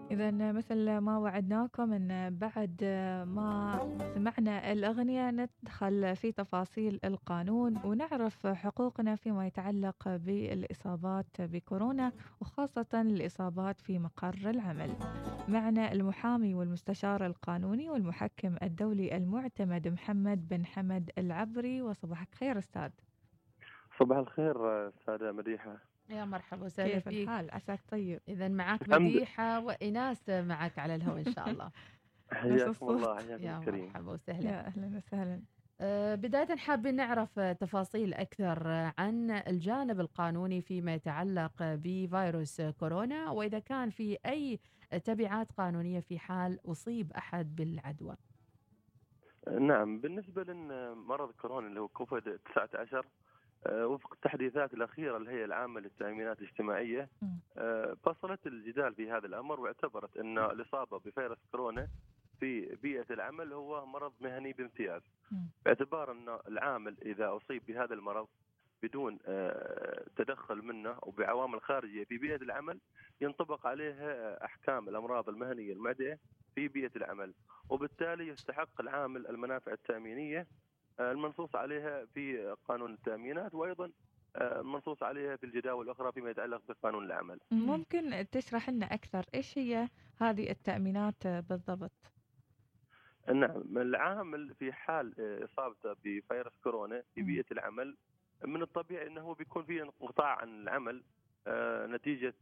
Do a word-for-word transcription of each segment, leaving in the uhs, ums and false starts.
إذا مثل ما وعدناكم أن بعد ما سمعنا الأغنية ندخل في تفاصيل القانون ونعرف حقوقنا فيما يتعلق بالإصابات بكورونا، وخاصة الإصابات في مقر العمل. معنا المحامي والمستشار القانوني والمحكم الدولي المعتمد محمد بن حمد العبري. وصباحك خير أستاذ. صباح الخير أستاذة مديحة. يا مرحبا وسهلا كيف فيك. الحال؟ عساك طيب. إذا معك الحمد مديحة وإناس معك على الهواء إن شاء الله. نفس حياكم الصوت. الله، حياكم يا الكريم. مرحبا وسهلا. يا أهلا وسهلا. أه بداية حابين نعرف تفاصيل أكثر عن الجانب القانوني فيما يتعلق بفيروس كورونا، وإذا كان في أي تبعات قانونية في حال أصيب أحد بالعدوى. نعم، بالنسبة لمرض كورونا اللي هو كوفيد تسعة عشر، آه، وفق التحديثات الأخيرة الهيئة العامة للتأمينات الاجتماعية آه، فصلت الجدال في هذا الأمر، واعتبرت أن الإصابة بفيروس كورونا في بيئة العمل هو مرض مهني بامتياز، باعتبار أن العامل إذا أصيب بهذا المرض بدون آه، تدخل منه وبعوامل خارجية في بيئة العمل ينطبق عليه أحكام الأمراض المهنية المعدية في بيئة العمل، وبالتالي يستحق العامل المنافع التأمينية المنصوص عليها في قانون التأمينات، وأيضا المنصوص عليها في الجداول الأخرى فيما يتعلق بقانون العمل. ممكن تشرح لنا أكثر إيش هي هذه التأمينات بالضبط؟ نعم، العامل في حال إصابته بفيروس كورونا في بيئة العمل من الطبيعي أنه بيكون في انقطاع عن العمل نتيجة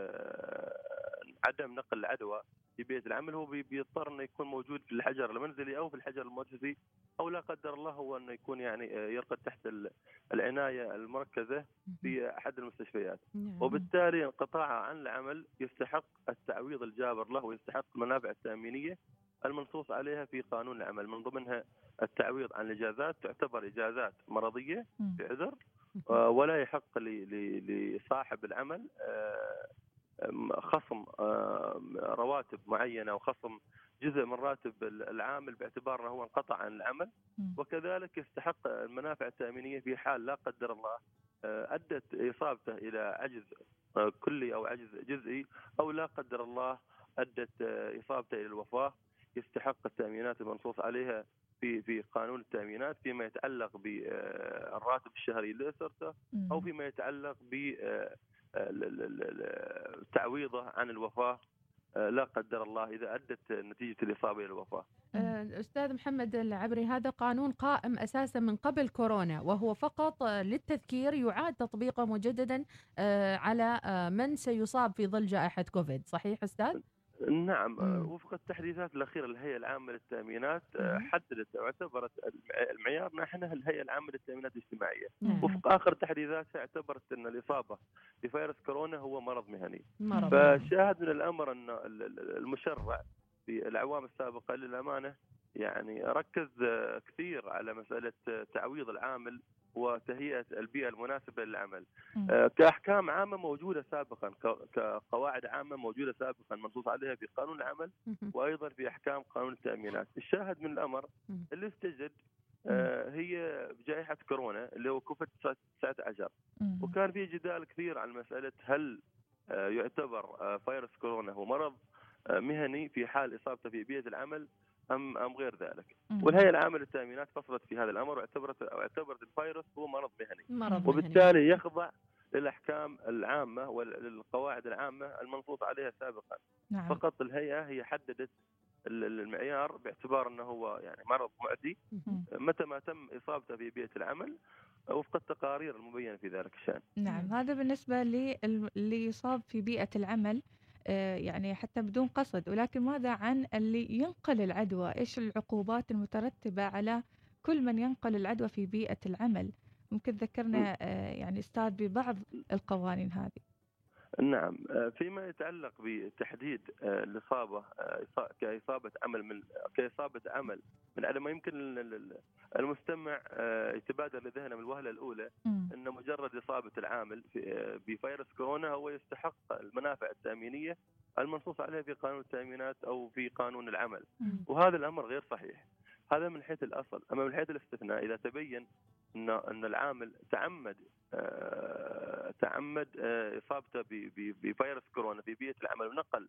عدم نقل العدوى في بيئة العمل. هو بيضطر انه يكون موجود في الحجر المنزلي او في الحجر المؤسسي، او لا قدر الله هو انه يكون يعني يرقد تحت العناية المركزة في احد المستشفيات، وبالتالي انقطاعه عن العمل يستحق التعويض الجابر له، ويستحق المنافع التأمينية المنصوص عليها في قانون العمل، من ضمنها التعويض عن الاجازات، تعتبر اجازات مرضية بعذر، ولا يحق لصاحب العمل خصم رواتب معينة وخصم جزء من راتب العامل باعتبار أنه هو انقطع عن العمل، وكذلك يستحق المنافع التأمينية في حال لا قدر الله أدت إصابته إلى عجز كلي أو عجز جزئي، أو لا قدر الله أدت إصابته إلى الوفاة. يستحق التأمينات المنصوص عليها في في قانون التأمينات فيما يتعلق بالراتب الشهري اللي أسرته، أو فيما يتعلق ب تعويضه عن الوفاة لا قدر الله إذا أدت نتيجة الإصابة إلى الوفاة. أستاذ محمد العبري، هذا قانون قائم أساسا من قبل كورونا، وهو فقط للتذكير يعاد تطبيقه مجددا على من سيصاب في ظل جائحة كوفيد، صحيح أستاذ؟ نعم، وفق التحديثات الأخيرة للهيئة العامة للتأمينات حددت أو اعتبرت المعيار نحن الهيئة العامة للتأمينات الاجتماعية. مم. وفق آخر تحديثاتها اعتبرت أن الإصابة بفيروس كورونا هو مرض مهني. فشاهد من الأمر أن المشرع في الأعوام السابقة للأمانة يعني ركز كثير على مسألة تعويض العامل وتهيئة البيئة المناسبة للعمل كأحكام عامة موجودة سابقا، كقواعد عامة موجودة سابقا منصوص عليها في قانون العمل وأيضا في أحكام قانون التأمينات. الشاهد من الأمر اللي استجد هي جائحة كورونا اللي هو كوفيد تسعة عشر، وكان في جدال كثير عن مسألة هل يعتبر فيروس كورونا هو مرض مهني في حال إصابته في بيئة العمل أم أم غير ذلك. والهيئة العامة للتأمينات فصلت في هذا الأمر واعتبرت أو اعتبرت الفيروس هو مرض مهني، مرض وبالتالي مهني. يخضع للأحكام العامة وللقواعد العامة المنصوص عليها سابقا. نعم. فقط الهيئة هي حددت المعيار باعتبار أنه هو يعني مرض معدي متى ما تم إصابته في بيئة العمل وفق التقارير المبينة في ذلك الشأن. نعم، هذا بالنسبة اللي يصاب في بيئة العمل يعني حتى بدون قصد، ولكن ماذا عن اللي ينقل العدوى؟ إيش العقوبات المترتبة على كل من ينقل العدوى في بيئة العمل؟ ممكن ذكرنا يعني أستاذ ببعض القوانين هذه. نعم، فيما يتعلق بتحديد الإصابة كإصابة عمل من كإصابة عمل من على ما يمكن المستمع يتبادر لذهنه من الوهلة الأولى أن مجرد إصابة العامل بفيروس كورونا هو يستحق المنافع التأمينية المنصوص عليها في قانون التأمينات أو في قانون العمل، وهذا الأمر غير صحيح. هذا من حيث الأصل. أما من حيث الاستثناء إذا تبين أن أن العامل تعمد آه تعمد آه إصابته بفيروس كورونا في بيئة العمل ونقل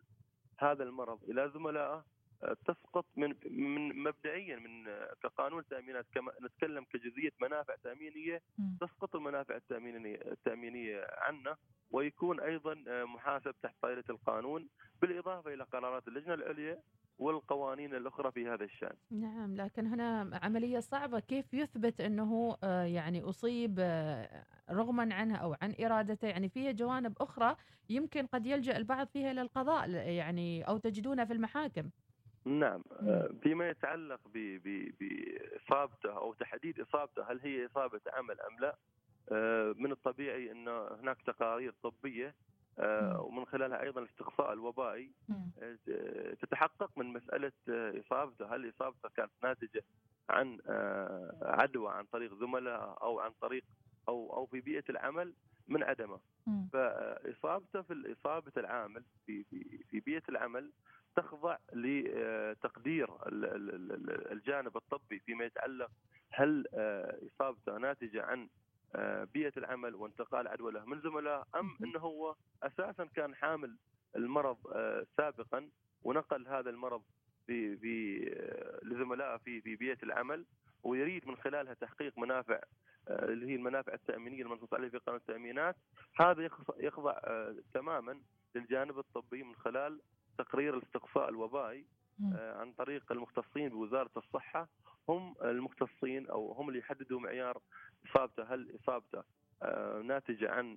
هذا المرض الى زملائه تسقط من من مبدئيا من كقانون تامينات، كما نتكلم كجزئيه منافع تامينيه، تسقط المنافع التامينيه التامينيه عنا، ويكون ايضا محاسب تحت طائله القانون، بالاضافه الى قرارات اللجنه العليا والقوانين الاخرى في هذا الشان. نعم، لكن هنا عمليه صعبه، كيف يثبت انه يعني اصيب رغما عنها او عن ارادته؟ يعني فيها جوانب اخرى يمكن قد يلجا البعض فيها الى القضاء، يعني او تجدونها في المحاكم. نعم، فيما يتعلق بإصابته أو تحديد إصابته، هل هي إصابة عمل أم لا، من الطبيعي أن هناك تقارير طبية ومن خلالها أيضا الاستقصاء الوبائي تتحقق من مسألة إصابته، هل إصابته كانت ناتجة عن عدوى عن طريق زملاء أو عن طريق أو أو في بيئة العمل من عدمه. فإصابته في إصابة العامل في في بيئة العمل تخضع لتقدير الجانب الطبي فيما يتعلق هل إصابته ناتجة عن بيئة العمل وانتقال عدوى له من زملاء، أم أنه هو أساسا كان حامل المرض سابقا ونقل هذا المرض لزملائه في في بيئة العمل، ويريد من خلالها تحقيق منافع اللي هي المنافع التأمينية المنصوص عليه في قانون التأمينات. هذا يخضع تماما للجانب الطبي من خلال تقرير الاستقصاء الوبائي عن طريق المختصين بوزارة الصحة، هم المختصين أو هم اللي يحددوا معيار إصابته، هل إصابته ناتجة عن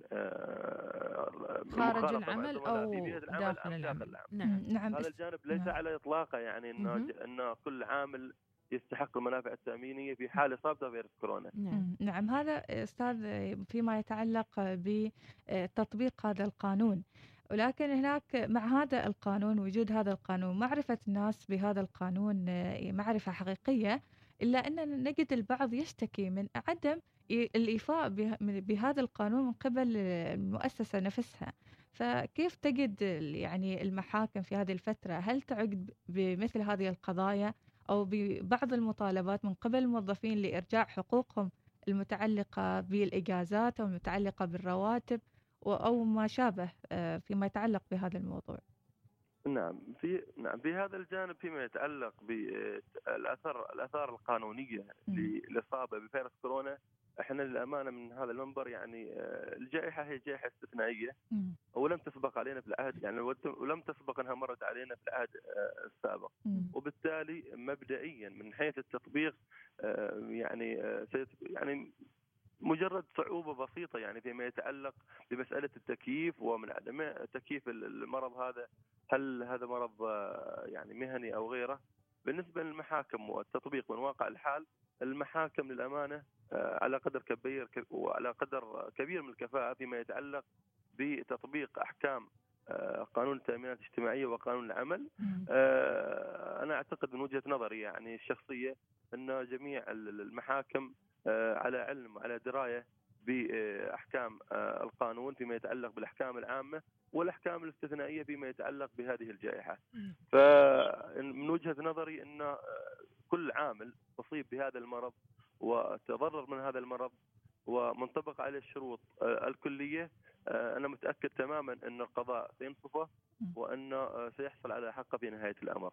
خارج العمل أو داخل العمل. نعم. نعم. هذا الجانب ليس نعم. على إطلاقه يعني أن أن كل عامل يستحق المنافع التأمينية في حال إصابته بفيروس كورونا. نعم. نعم، هذا أستاذ فيما يتعلق بتطبيق هذا القانون، ولكن هناك مع هذا القانون، وجود هذا القانون، معرفة الناس بهذا القانون معرفة حقيقية، إلا أن نجد البعض يشتكي من عدم الإيفاء بهذا القانون من قبل المؤسسة نفسها. فكيف تجد يعني المحاكم في هذه الفترة؟ هل تعد بمثل هذه القضايا أو ببعض المطالبات من قبل الموظفين لإرجاع حقوقهم المتعلقة بالإجازات أو المتعلقة بالرواتب أو ما شابه فيما يتعلق بهذا الموضوع؟ نعم، في نعم في هذا الجانب فيما يتعلق بالآثار الآثار القانونية للإصابة بفيروس كورونا، احنا للأمانة من هذا المنبر يعني الجائحة هي جائحة استثنائية ولم تسبق علينا في العهد، يعني ولم تسبق انها مرت علينا في العهد السابق، وبالتالي مبدئيا من حيث التطبيق يعني يعني مجرد صعوبة بسيطة يعني فيما يتعلق بمسألة التكييف ومن عدم تكييف المرض هذا، هل هذا مرض يعني مهني أو غيره. بالنسبة للمحاكم والتطبيق من واقع الحال، المحاكم للأمانة على قدر كبير وعلى قدر كبير من الكفاءة فيما يتعلق بتطبيق أحكام قانون التأمينات الاجتماعية وقانون العمل. أنا أعتقد من وجهة نظري يعني الشخصية أن جميع المحاكم على علم وعلى دراية بأحكام القانون فيما يتعلق بالأحكام العامة والأحكام الاستثنائية فيما يتعلق بهذه الجائحة. فمن وجهة نظري أن كل عامل أصيب بهذا المرض وتضرر من هذا المرض ومنطبق عليه الشروط الكلية، أنا متأكد تماما أن القضاء سينصفه وأنه سيحصل على حقه في نهاية الأمر.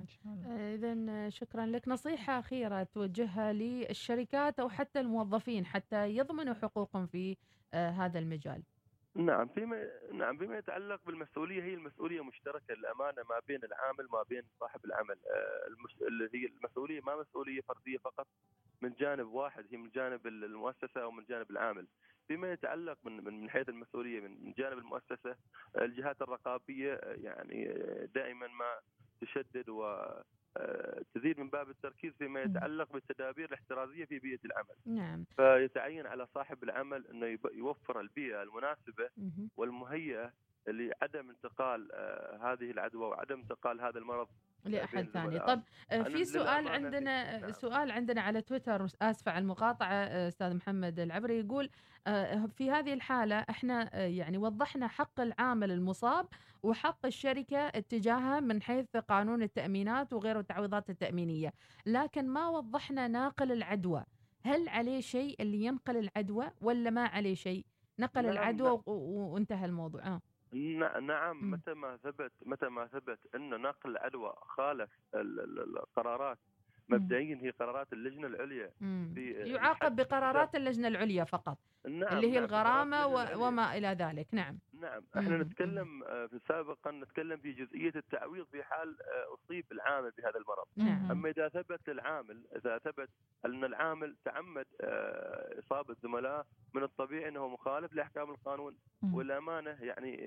إذن شكرا لك. نصيحة أخيرة توجهها للشركات أو حتى الموظفين حتى يضمنوا حقوقهم في هذا المجال؟ نعم فيما نعم فيما يتعلق بالمسؤولية، هي المسؤولية مشتركة للأمانة ما بين العامل ما بين صاحب العمل. اللي هي المسؤولية ما مسؤولية فردية فقط من جانب واحد، هي من جانب المؤسسة أو من جانب العامل. فيما يتعلق من من حيث المسؤولية من جانب المؤسسة، الجهات الرقابية يعني دائما ما تشدد وتزيد من باب التركيز فيما يتعلق بالتدابير الاحترازية في بيئة العمل. نعم. فيتعين على صاحب العمل أنه يوفر البيئة المناسبة والمهيئة لعدم انتقال هذه العدوى وعدم انتقال هذا المرض لأحد ثاني. طب في سؤال عندنا نعم. سؤال عندنا على تويتر، آسفة على المقاطعة أستاذ محمد العبري، يقول في هذه الحالة احنا يعني وضحنا حق العامل المصاب وحق الشركة اتجاهها من حيث قانون التأمينات وغيره التعويضات التأمينية، لكن ما وضحنا ناقل العدوى، هل عليه شيء اللي ينقل العدوى ولا ما عليه شيء؟ نقل العدوى وانتهى الموضوع. آه. نعم، مم. متى ما ثبت متى ما ثبت أن نقل العدوى خالف القرارات، مبدئيا هي قرارات اللجنة العليا في يعاقب بقرارات اللجنة العليا فقط، اللي نعم هي نعم الغرامة وما إلى ذلك. نعم نعم احنا نتكلم في سابقا نتكلم في جزئية التعويض في حال أصيب العامل بهذا المرض. نعم. أما إذا ثبت العامل إذا ثبت أن العامل تعمد إصابة زملاء، من الطبيعي أنه مخالف لأحكام القانون. والأمانة يعني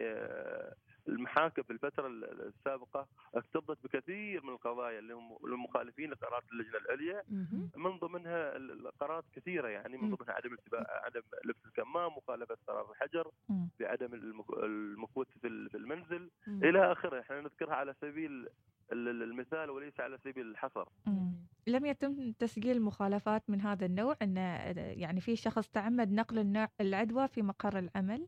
المحاكم في الفترة السابقة اكتظت بكثير من القضايا اللي هم المخالفين لقرارات اللجنة العليا، من ضمنها القرارات كثيرة، يعني من ضمنها عدم عدم لبس الكمام، مخالفة قرار الحجر، بعدم المكوث في المنزل إلى آخره. احنا نذكرها على سبيل المثال وليس على سبيل الحصر. لم يتم تسجيل مخالفات من هذا النوع، أن يعني في شخص تعمد نقل العدوى في مقر العمل؟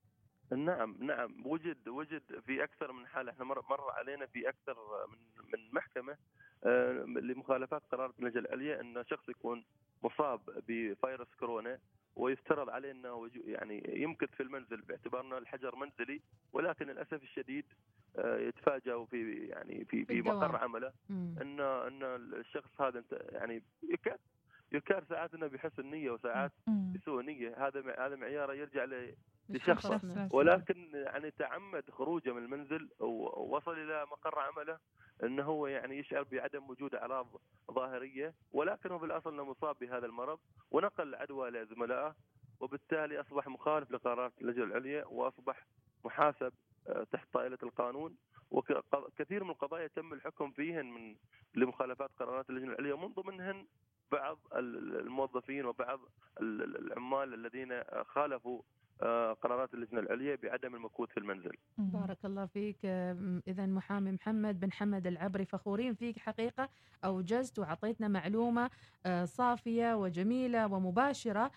نعم نعم وجد وجد في اكثر من حاله. احنا مر, مر علينا في اكثر من من محكمه آه لمخالفات قرار اللجنه العليا ان شخص يكون مصاب بفيروس كورونا ويفترض عليه انه يعني يمكث في المنزل باعتبار انه الحجر منزلي، ولكن للاسف الشديد آه يتفاجئوا في يعني في في مقر عمله ان ان الشخص هذا يعني يكاد يكاد ساعات انه بحسن نيه وساعات بسوء نيه. هذا هذا معياره يرجع ل لشخص، ولكن يعني تعمد خروجه من المنزل ووصل الى مقر عمله انه هو يعني يشعر بعدم وجود اعراض ظاهريه، ولكنه بالاصل انه مصاب بهذا المرض ونقل العدوى لزملائه، وبالتالي اصبح مخالف لقرارات اللجنه العليا واصبح محاسب تحت طائله القانون. وكثير من القضايا تم الحكم فيهن من لمخالفات قرارات اللجنه العليا، ومن ضمنهن بعض الموظفين وبعض العمال الذين خالفوا قرارات اللجنة العليا بعدم المكوث في المنزل. بارك الله فيك. إذا محامي محمد بن حمد العبري، فخورين فيك حقيقة، أوجزت وعطيتنا معلومة صافية وجميلة ومباشرة،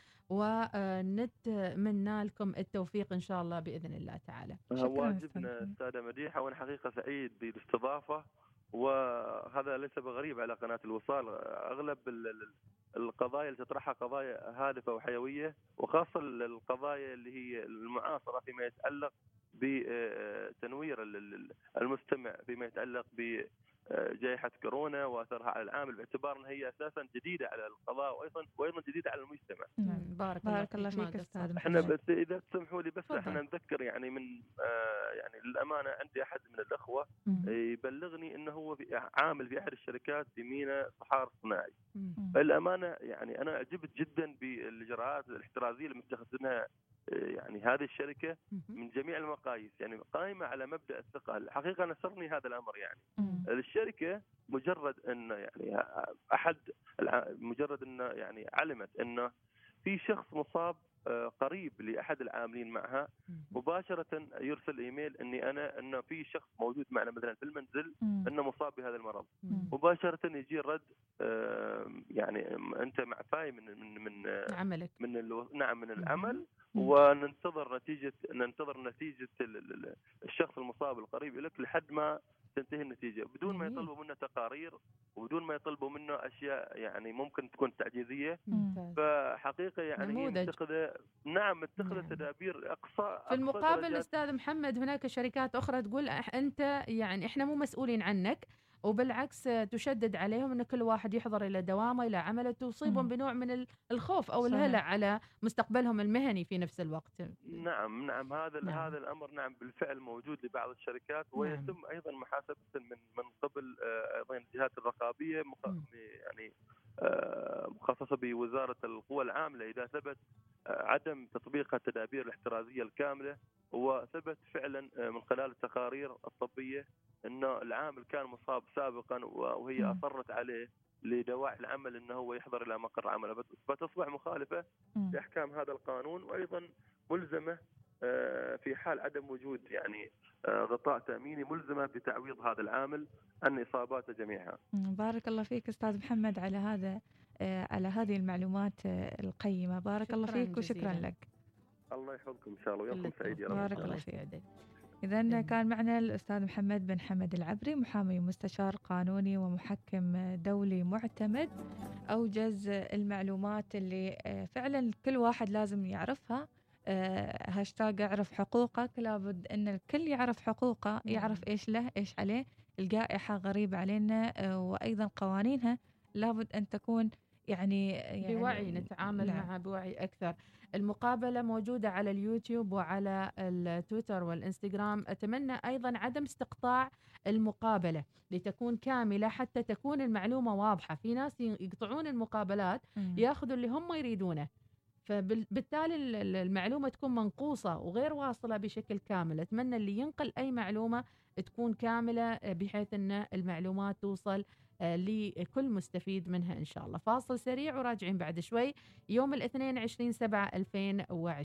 ونتمنى لكم التوفيق إن شاء الله بإذن الله تعالى. واجبنا أستاذة مديحة، وأنا حقيقة سعيد بالاستضافة، وهذا ليس بغريب على قناة الوصال. أغلب القضايا اللي تطرحها قضايا هادفة وحيوية، وخاصة القضايا اللي هي المعاصرة فيما يتعلق بتنوير المستمع فيما يتعلق بجائحة كورونا وأثرها على العامل، باعتبار أنها هي أساسا جديدة على القضاء وأيضا وأيضا جديدة على المجتمع. بارك, بارك الله فيك أستاذ. احنا بس إذا تسمحوا لي بس فضل. احنا نذكر يعني من آه يعني للأمانة عندي أحد من الأخوة يبلغني أنه هو عامل في أحد الشركات في ميناء صحار صناعي. الأمانة يعني أنا أعجبت جدا بالإجراءات الاحترازية اللي متخذينها يعني هذه الشركة من جميع المقاييس، يعني قائمة على مبدأ الثقة. الحقيقة نسرني هذا الأمر. يعني الشركة مجرد أن يعني أحد مجرد أن يعني علمت أنه في شخص مصاب قريب لأحد العاملين معها، مباشرة يرسل إيميل أني أنا أنه في شخص موجود معنا مثلا في المنزل أنه مصاب بهذا المرض، مباشرة يجي الرد يعني أنت معفاي من من من عملك من الو... نعم من العمل، وننتظر نتيجة ننتظر نتيجة الشخص المصاب القريب لك لحد ما تنتهي النتيجة، بدون ما يطلبوا منه تقارير وبدون ما يطلبوا منه أشياء يعني ممكن تكون تعجيزية. فحقيقة يعني متخذة نعم متخذة تدابير أقصى. في المقابل أستاذ محمد هناك شركات أخرى تقول أنت يعني إحنا مو مسؤولين عنك، وبالعكس تشدد عليهم أن كل واحد يحضر إلى دوامه إلى عمله، تصيبهم بنوع من الخوف أو الهلع على مستقبلهم المهني في نفس الوقت. نعم نعم هذا نعم. هذا الأمر نعم بالفعل موجود لبعض الشركات، ويتم نعم. أيضا محاسبة من من قبل أيضا الجهات الرقابية يعني مخصصة بوزارة القوى العاملة إذا ثبت عدم تطبيق التدابير الاحترازية الكاملة، وثبت فعلا من خلال التقارير الطبية أنه العامل كان مصاب سابقا وهي أصرت عليه لدواعي العمل أنه هو يحضر إلى مقر عمله، فتصبح مخالفة لأحكام هذا القانون، وأيضا ملزمة في حال عدم وجود يعني غطاء تأميني ملزمة بتعويض هذا العامل عن إصاباته جميعها. بارك الله فيك أستاذ محمد على هذا على هذه المعلومات القيمة. بارك الله فيك وشكرا لك. الله يحفظكم إن شاء الله ويومكم سعيد يا رب. بارك الله فيك. إذن كان معنا الأستاذ محمد بن حمد العبري، محامي مستشار قانوني ومحكم دولي معتمد، أوجز المعلومات اللي فعلا كل واحد لازم يعرفها هاشتاج اعرف حقوقك، لابد أن الكل يعرف حقوقه، يعرف إيش له إيش عليه. الجائحة غريبة علينا وأيضا قوانينها لابد أن تكون يعني, يعني بوعي، نتعامل نعم. مع بوعي أكثر. المقابلة موجودة على اليوتيوب وعلى التويتر والإنستغرام. أتمنى أيضا عدم استقطاع المقابلة لتكون كاملة حتى تكون المعلومة واضحة. في ناس يقطعون المقابلات ياخذوا اللي هم يريدونه، فبالتالي المعلومة تكون منقوصة وغير واصلة بشكل كامل. أتمنى اللي ينقل أي معلومة تكون كاملة بحيث أن المعلومات توصل لكل مستفيد منها إن شاء الله. فاصل سريع وراجعين بعد شوي. يوم الاثنين عشرين سبعة ألفين وعشرين.